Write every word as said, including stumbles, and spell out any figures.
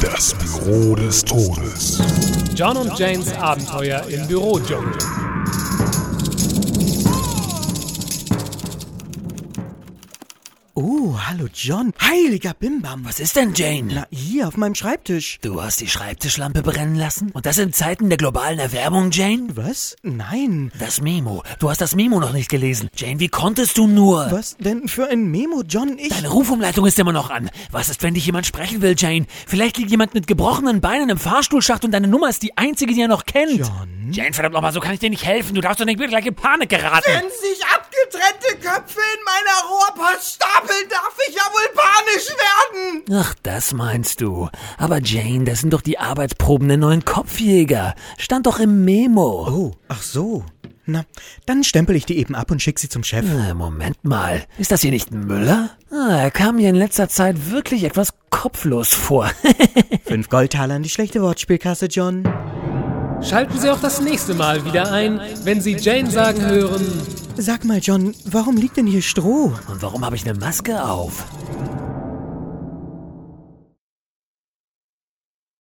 Das Büro des Todes. John und Janes Abenteuer im Bürodschungel. Oh, hallo John. Heiliger Bimbam. Was ist denn, Jane? Na, hier auf meinem Schreibtisch. Du hast die Schreibtischlampe brennen lassen? Und das in Zeiten der globalen Erwärmung, Jane? Was? Nein. Das Memo. Du hast das Memo noch nicht gelesen. Jane, wie konntest du nur? Was denn für ein Memo, John? Ich... Deine Rufumleitung ist immer noch an. Was ist, wenn dich jemand sprechen will, Jane? Vielleicht liegt jemand mit gebrochenen Beinen im Fahrstuhlschacht und deine Nummer ist die einzige, die er noch kennt. John? Jane, verdammt nochmal, so kann ich dir nicht helfen. Du darfst doch nicht gleich in Panik geraten. Wenn sich abgetrennte Köpfe in meiner Rohrpost stapeln, darf ich ja wohl panisch werden. Ach, das meinst du. Aber Jane, das sind doch die Arbeitsproben der neuen Kopfjäger. Stand doch im Memo. Oh, ach so. Na, dann stempel ich die eben ab und schick sie zum Chef. Äh, Moment mal. Ist das hier nicht Müller? Ah, er kam mir in letzter Zeit wirklich etwas kopflos vor. Fünf Goldtaler in die schlechte Wortspielkasse, John. Schalten Sie auch das nächste Mal wieder ein, wenn Sie Jane sagen hören: Sag mal, John, warum liegt denn hier Stroh? Und warum habe ich eine Maske auf?